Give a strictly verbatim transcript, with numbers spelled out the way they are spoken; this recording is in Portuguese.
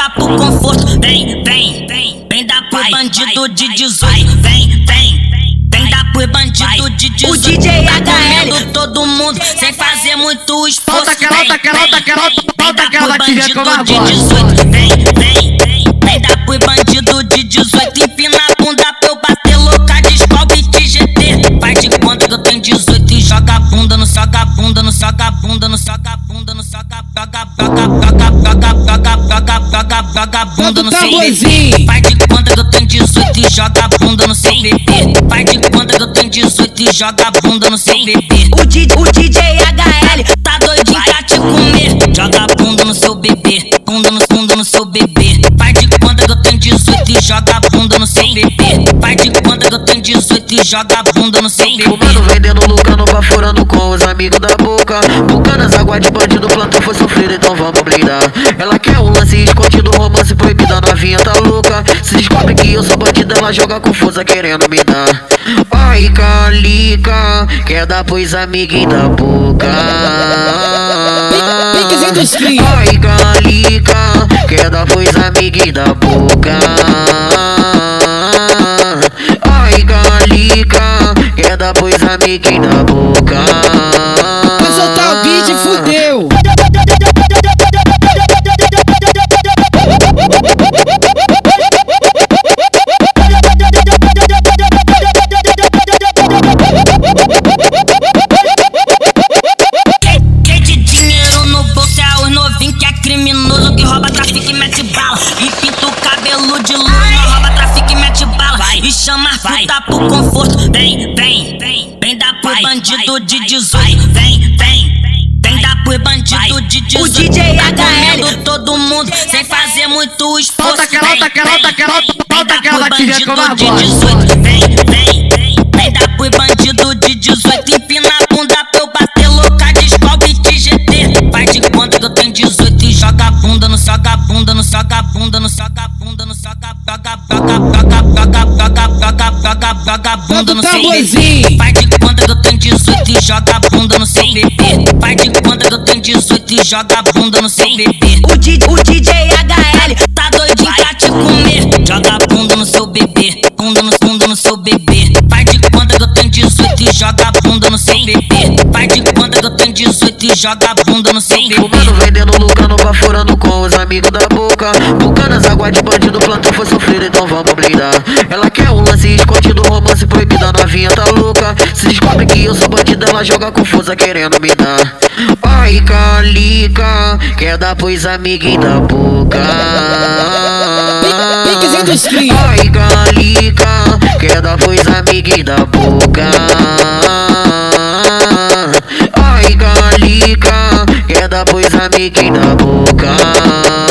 voltar pro conforto. Vem, vem, vem, vem dar pro bandido de dezoito. Vem, vem, vem dar pro bandido de dezoito. O D J H L todo mundo sem fazer muito esforço. Volta aquela, volta aquela, volta aquela, volta aquela daqui que eu não de dezoito. Vem, vem, vem, vem dar pro bandido de dezoito. Empina a bunda pra eu bater louca de escola e de G T. Faz de conta que eu tenho dezoito e joga a bunda no soca bunda, no soca bunda, no soca bunda, no soca joga joga joga joga joga joga joga bunda no seu bebê. Faz de conta que eu tenho dezoito e joga a bunda no seu bebê. Faz de conta que eu tenho dezoito e joga a bunda no seu bebê. O D J H L tá doidinho pra te comer. Joga a bunda no seu bebê, bunda no bunda no seu bebê. Faz de conta que eu tenho dezoito e joga a bunda no seu bebê. Faz de conta que eu tenho dezoito e joga a bunda no seu bebê. Fumando, vendendo, lucrando, baforando com os amigos da boca. Bucando as águas de bandido, plantão foi sofrido, então vamos brindar. Ela quer um lance escondido, romance proibido, a novinha tá louca. Se descobre que eu sou bandido, ela joga confusa querendo me dar. Ai, calica, quer dar pros amiguinhos da boca. Ai, calica, quer dar pros amiguinhos da boca. Ai, calica, quer dar pros amiguinhos da boca. Vai soltar o beat e fudeu. Quem de dinheiro no bolso é os novinhos que é criminoso, que rouba, trafica e mete bala. E pinta o cabelo de luna, rouba, trafica e mete bala. E chama a fruta pro conforto. Vem, vem, vem, vem dar pro bandido de dezoito. Vem, vem, vem dar pro bandido de dezoito. O D J H L todo mundo sem fazer muito esforço. Volta aquela, volta aquela, volta aquela, volta aquela daqui que eu não de dezoito. Vem, vem, vem, vem dar pro bandido de dezoito. Empina a bunda pra eu bater louca de escola e de G T. Faz de conta que eu tenho dezoito e joga a bunda no soca bunda, no soca bunda, no soca bunda, no soca joga joga joga joga joga joga joga joga bunda no seu bebê. Faz de conta que eu tenho dezoito e joga a bunda no seu bebê. Faz de conta que eu tenho dezoito e joga a bunda no seu bebê. O D J H L tá doidinho pra te comer. Joga a bunda no seu bebê, bunda no bunda no seu bebê. Faz de conta que eu tenho dezoito e joga a bunda no seu bebê. Faz de conta que eu tenho dezoito e joga a bunda no seu bebê. Fumando, vendendo, lucrando, baforando com os amigos da boca. Bucando as águas de bandido, plantão foi sofrido, então vamos brindar. Ela quer um lance escondido, romance proibido, a novinha tá louca. Se descobre que eu sou bandido, ela joga confusa querendo me dar. Ai, calica, quer dar pros amiguinhos da boca. Ai, calica, quer dar pros amiguinhos da boca. Ai, calica, quer dar pros amiguinhos da boca.